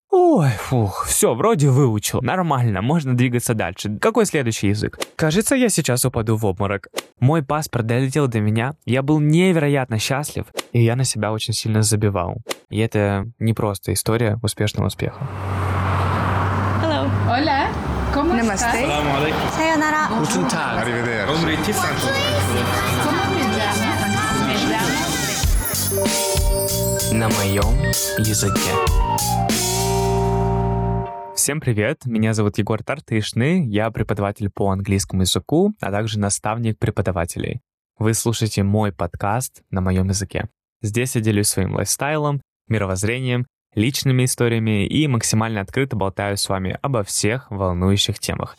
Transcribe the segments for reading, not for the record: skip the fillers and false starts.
Ой, фух, все, вроде выучил. Нормально, можно двигаться дальше. Какой следующий язык? Кажется, я сейчас упаду в обморок. Мой паспорт долетел до меня, я был невероятно счастлив, и я на себя очень сильно забивал. И это не просто история успешного успеха. Hello. Hola. ¿Cómo estás? Salam alaikum. Sayonara. Guten Tag. Arrivederci. عمري تسعة. ¿Cómo te llamas? Me llamo... На моем языке. Всем привет, меня зовут Егор Тартышный, я преподаватель по английскому языку, а также наставник преподавателей. Вы слушаете мой подкаст на моем языке. Здесь я делюсь своим лайфстайлом, мировоззрением, личными историями и максимально открыто болтаю с вами обо всех волнующих темах.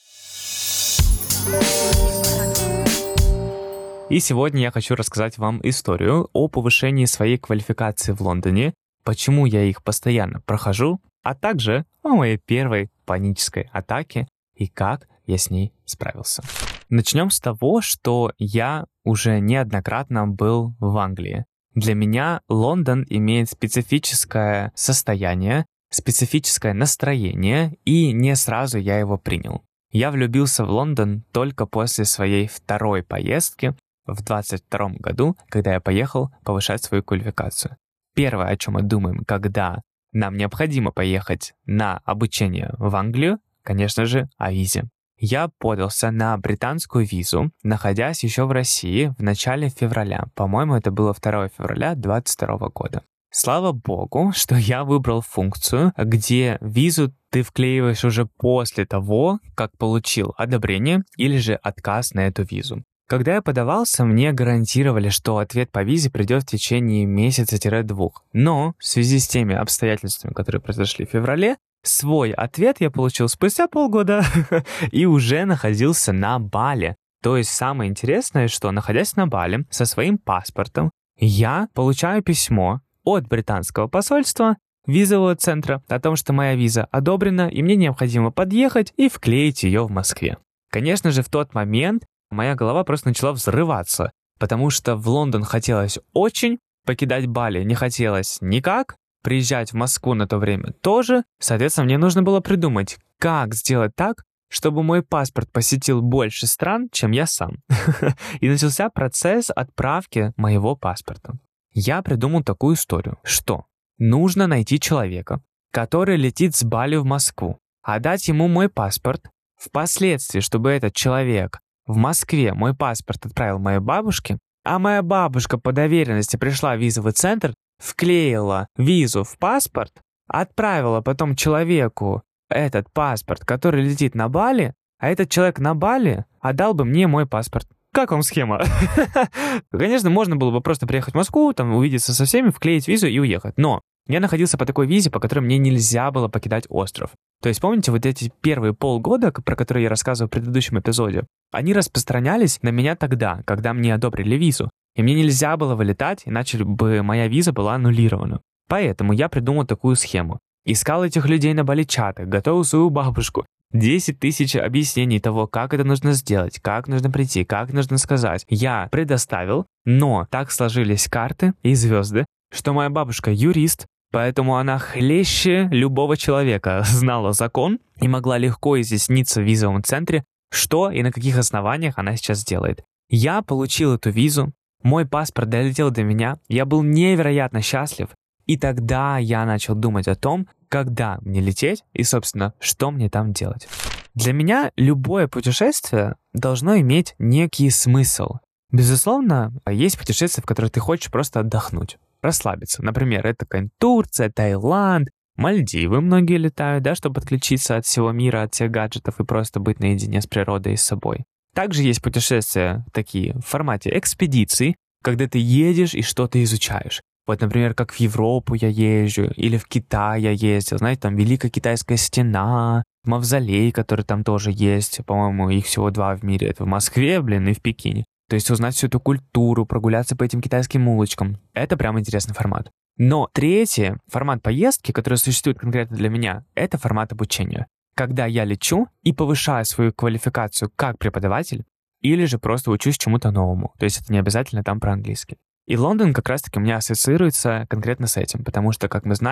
И сегодня я хочу рассказать вам историю о повышении своей квалификации в Лондоне, почему я их постоянно прохожу, а также о моей первой панической атаке и как я с ней справился. Начнем с того, что я уже неоднократно был в Англии. Для меня Лондон имеет специфическое состояние, специфическое настроение, и не сразу я его принял. Я влюбился в Лондон только после своей второй поездки в 2022 году, когда я поехал повышать свою квалификацию. Первое, о чем мы думаем, когда нам необходимо поехать на обучение в Англию, конечно же, о визе. Я подался на британскую визу, находясь еще в России в начале февраля. По-моему, это было 2 февраля 2022 года. Слава богу, что я выбрал функцию, где визу ты вклеиваешь уже после того, как получил одобрение или же отказ на эту визу. Когда я подавался, мне гарантировали, что ответ по визе придет в течение месяца-2. Но в связи с теми обстоятельствами, которые произошли в феврале, свой ответ я получил спустя полгода и уже находился на Бали. То есть самое интересное, что, находясь на Бали со своим паспортом, я получаю письмо от британского посольства, визового центра, о том, что моя виза одобрена, и мне необходимо подъехать и вклеить ее в Москве. Конечно же, в тот момент моя голова просто начала взрываться, потому что в Лондон хотелось очень, покидать Бали не хотелось никак, приезжать в Москву на то время тоже. Соответственно, мне нужно было придумать, как сделать так, чтобы мой паспорт посетил больше стран, чем я сам. И начался процесс отправки моего паспорта. Я придумал такую историю, что нужно найти человека, который летит с Бали в Москву, отдать ему мой паспорт, впоследствии, чтобы этот человек в Москве мой паспорт отправил моей бабушке, а моя бабушка по доверенности пришла в визовый центр, вклеила визу в паспорт, отправила потом человеку этот паспорт, который летит на Бали, а этот человек на Бали отдал бы мне мой паспорт. Как вам схема? Конечно, можно было бы просто приехать в Москву, там увидеться со всеми, вклеить визу и уехать. Но я находился по такой визе, по которой мне нельзя было покидать остров. То есть, помните, вот эти первые полгода, про которые я рассказывал в предыдущем эпизоде, они распространялись на меня тогда, когда мне одобрили визу. И мне нельзя было вылетать, иначе бы моя виза была аннулирована. Поэтому я придумал такую схему. Искал этих людей на Бали-чатах, готовил свою бабушку. 10 тысяч объяснений того, как это нужно сделать, как нужно прийти, как нужно сказать. Я предоставил, но так сложились карты и звезды, что моя бабушка юрист, поэтому она хлеще любого человека знала закон и могла легко изъясниться в визовом центре, что и на каких основаниях она сейчас делает. Я получил эту визу, мой паспорт долетел до меня, я был невероятно счастлив, и тогда я начал думать о том, когда мне лететь и, собственно, что мне там делать. Для меня любое путешествие должно иметь некий смысл. Безусловно, есть путешествия, в которых ты хочешь просто отдохнуть, расслабиться. Например, это Турция, Таиланд, Мальдивы многие летают, да, чтобы отключиться от всего мира, от всех гаджетов и просто быть наедине с природой и с собой. Также есть путешествия такие в формате экспедиций, когда ты едешь и что-то изучаешь. Вот, например, как в Европу я езжу, или в Китай я ездил, знаете, там Великая Китайская стена, мавзолей, который там тоже есть, по-моему, их всего 2 в мире, это в Москве, и в Пекине. То есть узнать всю эту культуру, прогуляться по этим китайским улочкам, это прям интересный формат. Но третий формат поездки, который существует конкретно для меня, это формат обучения. Когда я лечу и повышаю свою квалификацию как преподаватель, или же просто учусь чему-то новому. То есть это не обязательно там про английский. И Лондон как раз-таки у меня ассоциируется конкретно с этим, потому что, как мы знаем,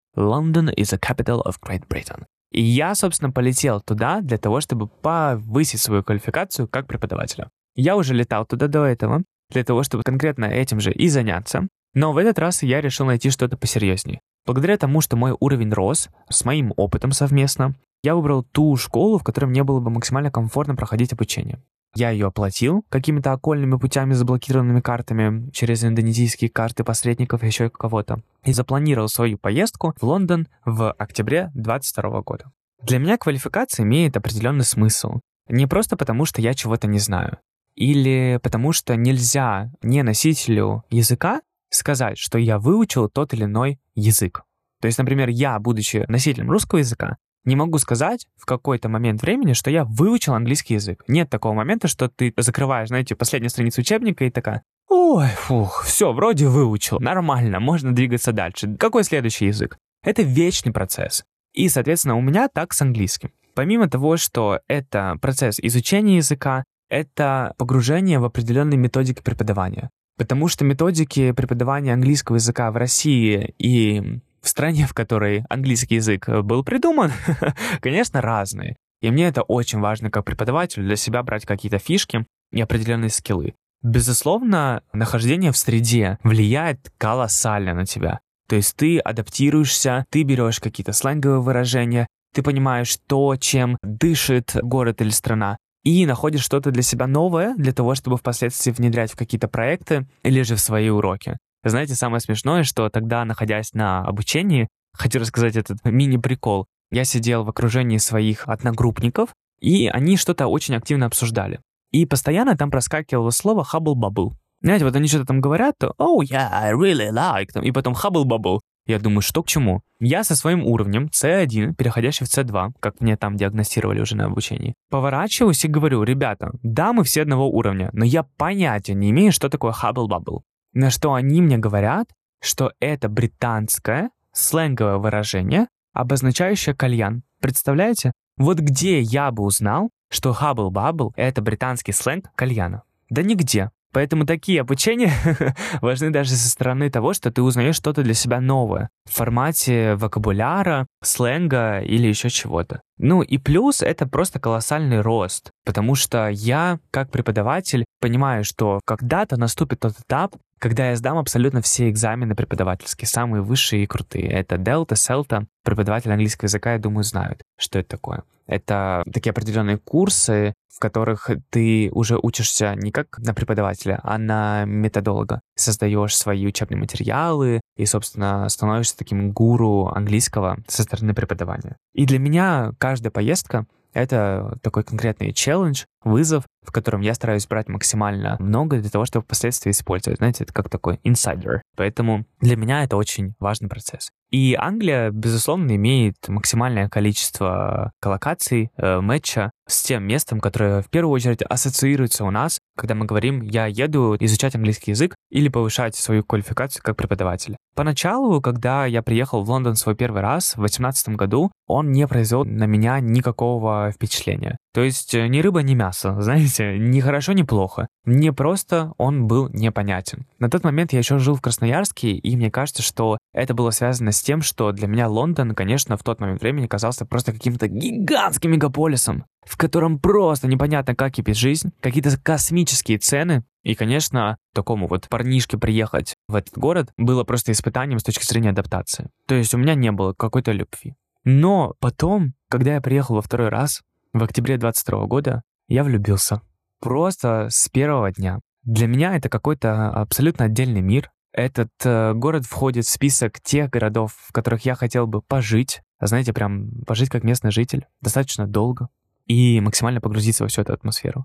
London is the capital of Great Britain. И я, собственно, полетел туда для того, чтобы повысить свою квалификацию как преподавателя. Я уже летал туда до этого, для того, чтобы конкретно этим же и заняться. Но в этот раз я решил найти что-то посерьезнее. Благодаря тому, что мой уровень рос с моим опытом совместно, я выбрал ту школу, в которой мне было бы максимально комфортно проходить обучение. Я ее оплатил какими-то окольными путями, заблокированными картами, через индонезийские карты посредников, еще кого-то, и запланировал свою поездку в Лондон в октябре 2022 года. Для меня квалификация имеет определенный смысл. Не просто потому, что я чего-то не знаю, или потому что нельзя не носителю языка сказать, что я выучил тот или иной язык. То есть, например, я, будучи носителем русского языка, не могу сказать в какой-то момент времени, что я выучил английский язык. Нет такого момента, что ты закрываешь, знаете, последнюю страницу учебника и такая: ой, фух, все, вроде выучил, нормально, можно двигаться дальше. Какой следующий язык? Это вечный процесс. И, соответственно, у меня так с английским. Помимо того, что это процесс изучения языка, это погружение в определенные методики преподавания. Потому что методики преподавания английского языка в России и в стране, в которой английский язык был придуман, конечно, разные. И мне это очень важно как преподавателю для себя брать какие-то фишки и определенные скиллы. Безусловно, нахождение в среде влияет колоссально на тебя. То есть ты адаптируешься, ты берешь какие-то сленговые выражения, ты понимаешь то, чем дышит город или страна, и находишь что-то для себя новое, для того, чтобы впоследствии внедрять в какие-то проекты или же в свои уроки. Знаете, самое смешное, что тогда, находясь на обучении, хочу рассказать этот мини-прикол, я сидел в окружении своих одногруппников, и они что-то очень активно обсуждали. И постоянно там проскакивало слово «хаббл-баббл». Знаете, вот они что-то там говорят, то «Oh, yeah, I really like», и потом «хаббл-баббл». Я думаю, что к чему? Я со своим уровнем C1, переходящий в C2, как мне там диагностировали уже на обучении, поворачиваюсь и говорю: ребята, да, мы все одного уровня, но я понятия не имею, что такое хаббл-баббл. На что они мне говорят, что это британское сленговое выражение, обозначающее кальян. Представляете? Вот где я бы узнал, что хаббл-баббл — это британский сленг кальяна? Да нигде. Поэтому такие обучения важны даже со стороны того, что ты узнаешь что-то для себя новое в формате вокабуляра, сленга или еще чего-то. Ну и плюс это просто колоссальный рост, потому что я, как преподаватель, понимаю, что когда-то наступит тот этап, когда я сдам абсолютно все экзамены преподавательские, самые высшие и крутые. Это Delta, CELTA. Преподаватели английского языка, я думаю, знают, что это такое. Это такие определенные курсы, в которых ты уже учишься не как на преподавателя, а на методолога. Создаешь свои учебные материалы и, собственно, становишься таким гуру английского со стороны преподавания. И для меня каждая поездка — это такой конкретный челлендж, вызов, в котором я стараюсь брать максимально много для того, чтобы впоследствии использовать. Знаете, это как такой инсайдер. Поэтому для меня это очень важный процесс. И Англия, безусловно, имеет максимальное количество коллокаций, мэтча с тем местом, которое в первую очередь ассоциируется у нас, когда мы говорим: я еду изучать английский язык или повышать свою квалификацию как преподаватель. Поначалу, когда я приехал в Лондон свой первый раз в 2018 году, он не произвел на меня никакого впечатления. То есть ни рыба, ни мясо, знаете, ни хорошо, ни плохо. Мне просто он был непонятен. На тот момент я еще жил в Красноярске, и мне кажется, что это было связано с тем, что для меня Лондон, конечно, в тот момент времени казался просто каким-то гигантским мегаполисом, в котором просто непонятно, как кипит жизнь, какие-то космические цены. И, конечно, такому вот парнишке приехать в этот город было просто испытанием с точки зрения адаптации. То есть у меня не было какой-то любви. Но потом, когда я приехал во второй раз, в октябре 2022 года, я влюбился. Просто с первого дня. Для меня это какой-то абсолютно отдельный мир. Этот город входит в список тех городов, в которых я хотел бы пожить. Знаете, прям пожить как местный житель достаточно долго и максимально погрузиться во всю эту атмосферу.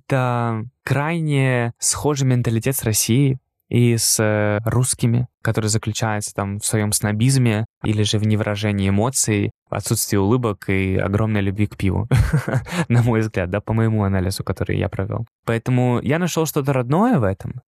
Это крайне схожий менталитет с Россией и с русскими, который заключается там в своем снобизме или же в невыражении эмоций, отсутствии улыбок и огромной любви к пиву, на мой взгляд, да, по моему анализу, который я провел. Поэтому я нашел что-то родное в этом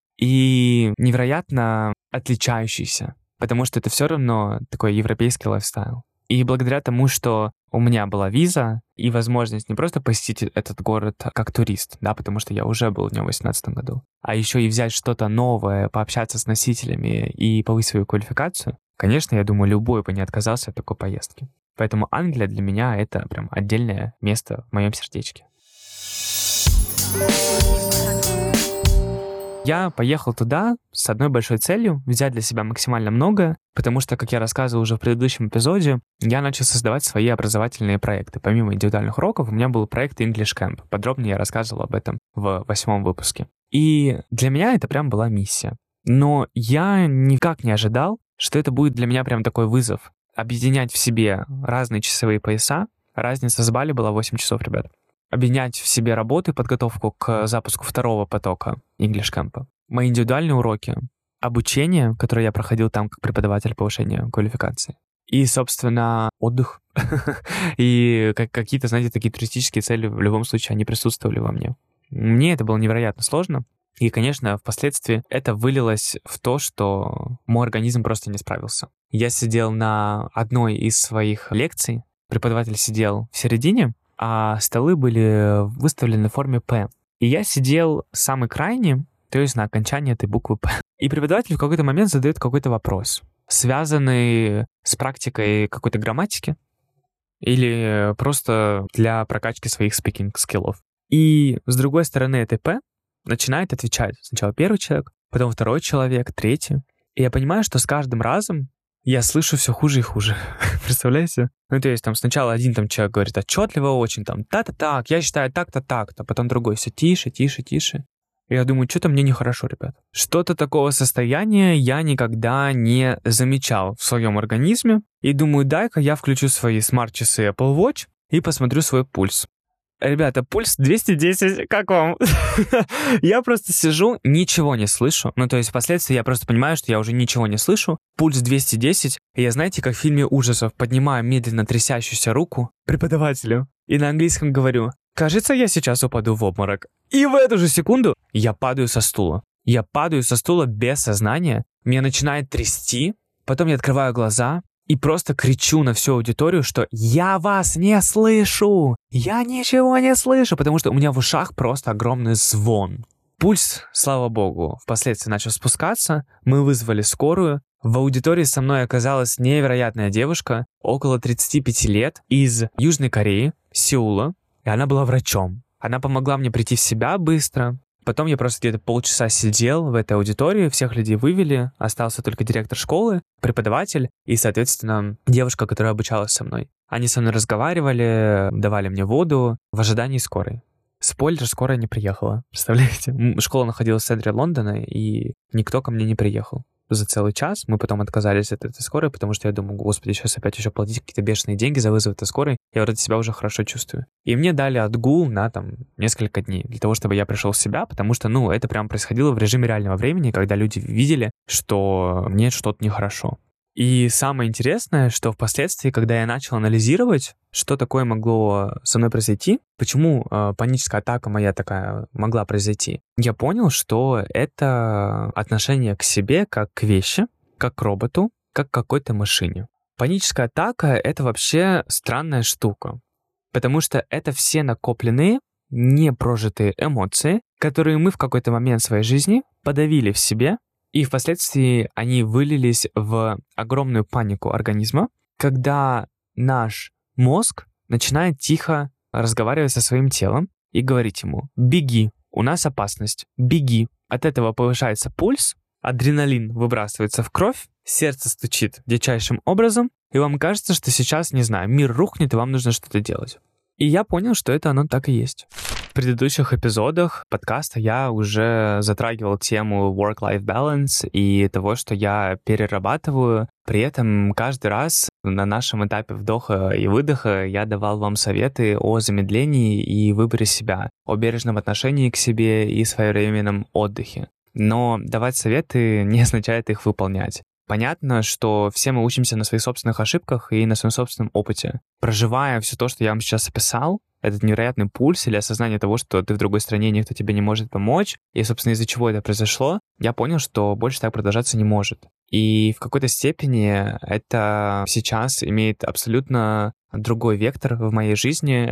и невероятно отличающийся, потому что это все равно такой европейский лайфстайл. И благодаря тому, что у меня была виза и возможность не просто посетить этот город как турист, да, потому что я уже был в нем в 2018 году, а еще и взять что-то новое, пообщаться с носителями и повысить свою квалификацию, Конечно, я думаю, любой бы не отказался от такой поездки. Поэтому Англия для меня — это прям отдельное место в моем сердечке. Я поехал туда с одной большой целью — взять для себя максимально много, потому что, как я рассказывал уже в предыдущем эпизоде, я начал создавать свои образовательные проекты. Помимо индивидуальных уроков, у меня был проект English Camp. Подробнее я рассказывал об этом в 8 выпуске. И для меня это прям была миссия. Но я никак не ожидал, что это будет для меня прям такой вызов. Объединять в себе разные часовые пояса. Разница с Бали была 8 часов, ребят. Объединять в себе работу и подготовку к запуску второго потока English Camp. Мои индивидуальные уроки, обучение, которое я проходил там как преподаватель повышения квалификации. И, собственно, отдых. И какие-то, знаете, такие туристические цели в любом случае, они присутствовали во мне. Мне это было невероятно сложно. И, конечно, впоследствии это вылилось в то, что мой организм просто не справился. Я сидел на одной из своих лекций, преподаватель сидел в середине, а столы были выставлены в форме «П». И я сидел самый крайний, то есть на окончании этой буквы «П». И преподаватель в какой-то момент задает какой-то вопрос, связанный с практикой какой-то грамматики или просто для прокачки своих спикинг-скиллов. И с другой стороны этой «П» начинает отвечать сначала первый человек, потом второй человек, третий. И я понимаю, что с каждым разом я слышу все хуже и хуже. Представляете? Ну, то есть там сначала один там человек говорит отчетливо очень, там, так, я считаю так-то, так-то, потом другой все тише. И я думаю, что-то мне нехорошо, ребят. Что-то такого состояния я никогда не замечал в своем организме. И думаю, дай-ка я включу свои смарт-часы Apple Watch и посмотрю свой пульс. Ребята, пульс 210, как вам? Я просто сижу, ничего не слышу. Ну, то есть впоследствии я просто понимаю, что я уже ничего не слышу. Пульс 210. И я, знаете, как в фильме ужасов, поднимаю медленно трясящуюся руку преподавателю и на английском говорю: «Кажется, я сейчас упаду в обморок». И в эту же секунду я падаю со стула. Я падаю со стула без сознания. Меня начинает трясти. Потом я открываю глаза и просто кричу на всю аудиторию, что «Я вас не слышу! Я ничего не слышу!» Потому что у меня в ушах просто огромный звон. Пульс, слава богу, впоследствии начал спускаться. Мы вызвали скорую. В аудитории со мной оказалась невероятная девушка, около 35 лет, из Южной Кореи, Сеула. И она была врачом. Она помогла мне прийти в себя быстро. Потом я просто где-то полчаса сидел в этой аудитории, всех людей вывели, остался только директор школы, преподаватель и, соответственно, девушка, которая обучалась со мной. Они со мной разговаривали, давали мне воду в ожидании скорой. Спойлер, скорая не приехала, представляете? Школа находилась в центре Лондона, и никто ко мне не приехал. За целый час мы потом отказались от этой скорой, потому что я думаю, господи, сейчас опять еще платить какие-то бешеные деньги за вызов этой скорой. Я вроде себя уже хорошо чувствую. И мне дали отгул на там несколько дней для того, чтобы я пришел в себя, потому что, это прям происходило в режиме реального времени, когда люди видели, что мне что-то нехорошо. И самое интересное, что впоследствии, когда я начал анализировать, что такое могло со мной произойти, почему паническая атака моя такая могла произойти, я понял, что это отношение к себе как к вещи, как к роботу, как к какой-то машине. Паническая атака — это вообще странная штука, потому что это все накопленные, непрожитые эмоции, которые мы в какой-то момент своей жизни подавили в себе, и впоследствии они вылились в огромную панику организма, когда наш мозг начинает тихо разговаривать со своим телом и говорить ему: «Беги, у нас опасность, беги». От этого повышается пульс, адреналин выбрасывается в кровь, сердце стучит дичайшим образом, и вам кажется, что сейчас, не знаю, мир рухнет, и вам нужно что-то делать. И я понял, что это оно так и есть. В предыдущих эпизодах подкаста я уже затрагивал тему work-life balance и того, что я перерабатываю. При этом каждый раз на нашем этапе вдоха и выдоха я давал вам советы о замедлении и выборе себя, о бережном отношении к себе и своевременном отдыхе. Но давать советы не означает их выполнять. Понятно, что все мы учимся на своих собственных ошибках и на своем собственном опыте. Проживая все то, что я вам сейчас описал, этот невероятный пульс или осознание того, что ты в другой стране, никто тебе не может помочь, и, собственно, из-за чего это произошло, я понял, что больше так продолжаться не может. И в какой-то степени это сейчас имеет абсолютно другой вектор в моей жизни,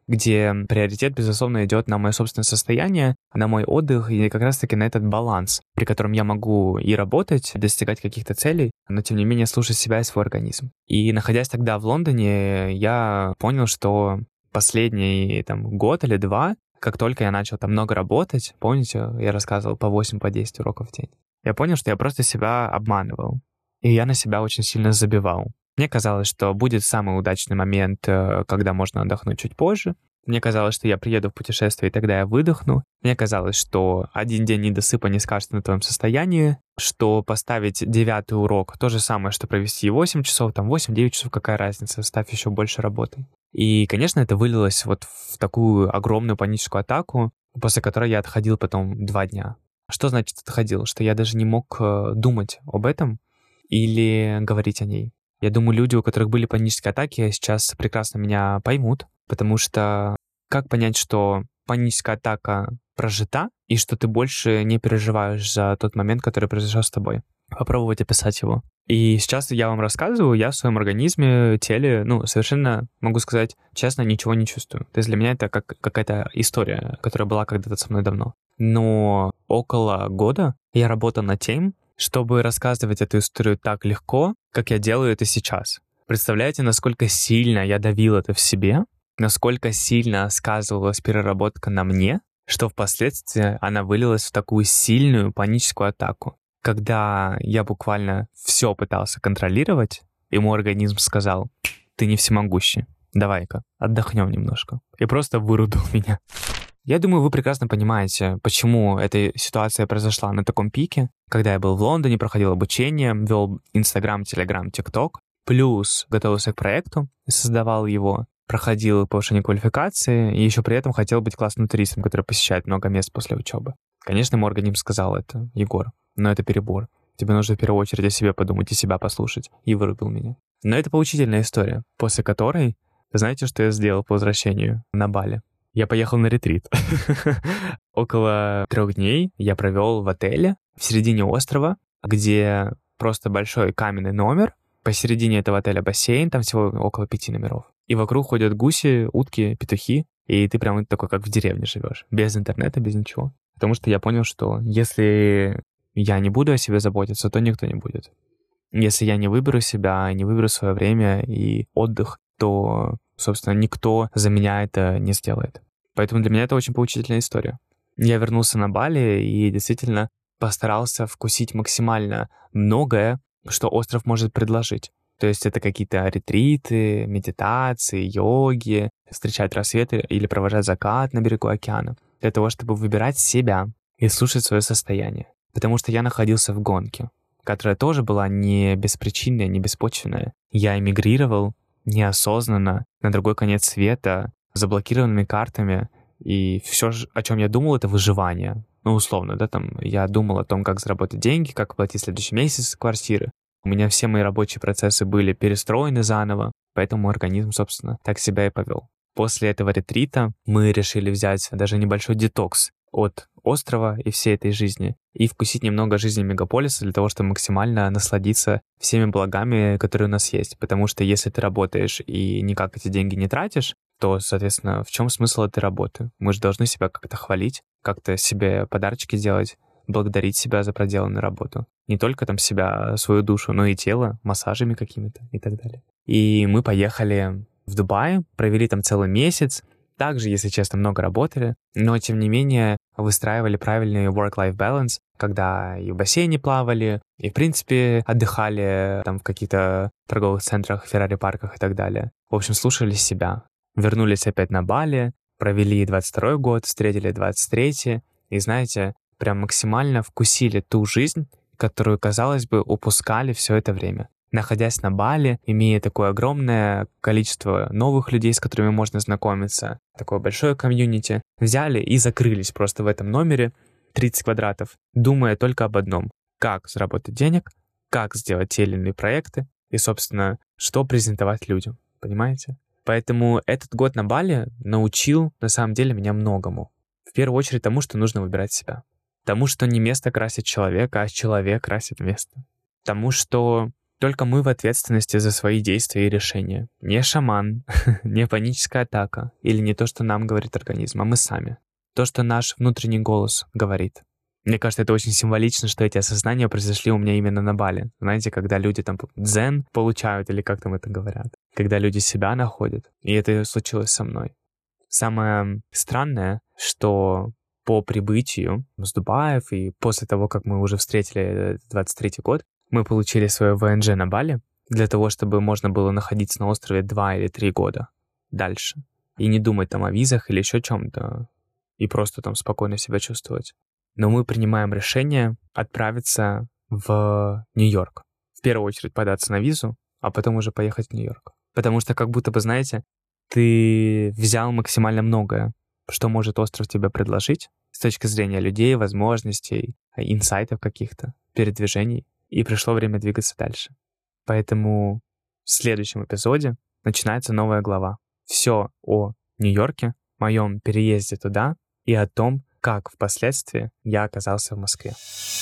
где приоритет, безусловно, идет на мое собственное состояние, на мой отдых и как раз-таки на этот баланс, при котором я могу и работать, достигать каких-то целей, но тем не менее слушать себя и свой организм. И находясь тогда в Лондоне, я понял, что последний год или два, как только я начал там много работать, помните, я рассказывал по 8-10 уроков в день, я понял, что я просто себя обманывал. И я на себя очень сильно забивал. Мне казалось, что будет самый удачный момент, когда можно отдохнуть чуть позже. Мне казалось, что я приеду в путешествие, и тогда я выдохну. Мне казалось, что один день недосыпа не скажется на твоем состоянии, что поставить 9-й урок то же самое, что провести 8 часов, 8-9 часов, какая разница, ставь еще больше работы. И, конечно, это вылилось вот в такую огромную паническую атаку, после которой я отходил потом 2 дня. Что значит отходил? Что я даже не мог думать об этом или говорить о ней. Я думаю, люди, у которых были панические атаки, сейчас прекрасно меня поймут, потому что как понять, что паническая атака прожита, и что ты больше не переживаешь за тот момент, который произошел с тобой? Попробовать описать его. И сейчас я вам рассказываю, я в своем организме, теле, совершенно, могу сказать, честно, ничего не чувствую. То есть для меня это как какая-то история, которая была когда-то со мной давно. Но около года я работал над тем, чтобы рассказывать эту историю так легко, как я делаю это сейчас. Представляете, насколько сильно я давил это в себе, насколько сильно сказывалась переработка на мне, что впоследствии она вылилась в такую сильную паническую атаку. Когда я буквально все пытался контролировать, и мой организм сказал: «Ты не всемогущий, давай-ка отдохнем немножко». И просто вырубил меня. Я думаю, вы прекрасно понимаете, почему эта ситуация произошла на таком пике, когда я был в Лондоне, проходил обучение, вел Instagram, Telegram, TikTok, плюс готовился к проекту, создавал его, проходил повышение квалификации и еще при этом хотел быть классным туристом, который посещает много мест после учебы. Конечно, мой организм сказал это: «Егор, но это перебор. Тебе нужно в первую очередь о себе подумать и себя послушать», и вырубил меня. Но это поучительная история, после которой, знаете, что я сделал по возвращению на Бали? Я поехал на ретрит. Около 3 дней я провел в отеле в середине острова, где просто большой каменный номер. Посередине этого отеля бассейн, там всего около 5 номеров. И вокруг ходят гуси, утки, петухи, и ты прям такой, как в деревне живешь. Без интернета, без ничего. Потому что я понял, что если я не буду о себе заботиться, то никто не будет. Если я не выберу себя, не выберу свое время и отдых, то, собственно, никто за меня это не сделает. Поэтому для меня это очень поучительная история. Я вернулся на Бали и действительно постарался вкусить максимально многое, что остров может предложить. То есть это какие-то ретриты, медитации, йоги, встречать рассветы или провожать закат на берегу океана, для того, чтобы выбирать себя и слушать свое состояние. Потому что я находился в гонке, которая тоже была не беспричинная, не беспочвенная. Я эмигрировал неосознанно на другой конец света, заблокированными картами, и все, о чем я думал, это выживание. Условно, я думал о том, как заработать деньги, как платить следующий месяц квартиры. У меня все мои рабочие процессы были перестроены заново, поэтому мой организм, собственно, так себя и повел. После этого ретрита мы решили взять даже небольшой детокс от острова и всей этой жизни и вкусить немного жизни мегаполиса для того, чтобы максимально насладиться всеми благами, которые у нас есть. Потому что если ты работаешь и никак эти деньги не тратишь, то, соответственно, в чем смысл этой работы? Мы же должны себя как-то хвалить, как-то себе подарочки делать, благодарить себя за проделанную работу. Не только себя, свою душу, но и тело, массажами какими-то и так далее. И мы поехали в Дубай, провели там целый месяц. Также, если честно, много работали, но, тем не менее, выстраивали правильный work-life balance, когда и в бассейне плавали, и, в принципе, отдыхали в каких-то торговых центрах, Феррари-парках и так далее. В общем, слушали себя. Вернулись опять на Бали, провели 22-й год, встретили 23-й, и, знаете, прям максимально вкусили ту жизнь, которую, казалось бы, упускали все это время. Находясь на Бали, имея такое огромное количество новых людей, с которыми можно знакомиться, такое большое комьюнити, взяли и закрылись просто в этом номере 30 квадратов, думая только об одном: как заработать денег, как сделать те или иные проекты и, собственно, что презентовать людям, понимаете? Поэтому этот год на Бали научил, на самом деле, меня многому. В первую очередь тому, что нужно выбирать себя. Тому, что не место красит человека, а человек красит место. Тому, что Только мы в ответственности за свои действия и решения. Не шаман, не паническая атака или не то, что нам говорит организм, а мы сами. То, что наш внутренний голос говорит. Мне кажется, это очень символично, что эти осознания произошли у меня именно на Бали. Знаете, когда люди там дзен получают, или как там это говорят, когда люди себя находят. И это случилось со мной. Самое странное, что по прибытию с Дубаев и после того, как мы уже встретили 23-й год, мы получили свое ВНЖ на Бали для того, чтобы можно было находиться на острове 2 или 3 года дальше. И не думать там о визах или еще чем-то. И просто там спокойно себя чувствовать. Но мы принимаем решение отправиться в Нью-Йорк. В первую очередь податься на визу, а потом уже поехать в Нью-Йорк. Потому что как будто бы, знаете, ты взял максимально многое, что может остров тебе предложить с точки зрения людей, возможностей, инсайтов каких-то, передвижений. И пришло время двигаться дальше. Поэтому в следующем эпизоде начинается новая глава. Все о Нью-Йорке, моем переезде туда и о том, как впоследствии я оказался в Москве.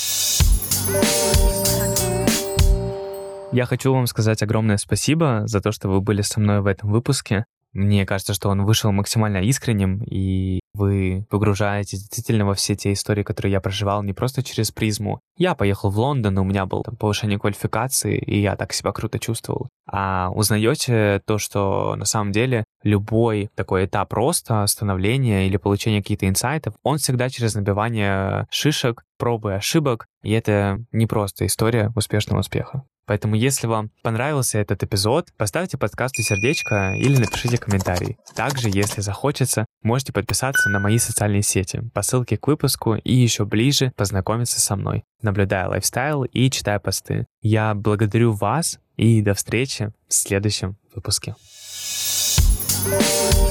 Я хочу вам сказать огромное спасибо за то, что вы были со мной в этом выпуске. Мне кажется, что он вышел максимально искренним, и вы погружаетесь действительно во все те истории, которые я проживал не просто через призму. Я поехал в Лондон, у меня было там повышение квалификации, и я так себя круто чувствовал. А узнаете то, что на самом деле любой такой этап роста, становления или получения каких-то инсайтов, он всегда через набивание шишек, пробы и ошибок, и это не просто история успешного успеха. Поэтому, если вам понравился этот эпизод, поставьте подкасту сердечко или напишите комментарий. Также, если захочется, можете подписаться на мои социальные сети по ссылке к выпуску и еще ближе познакомиться со мной, наблюдая лайфстайл и читая посты. Я благодарю вас и до встречи в следующем выпуске.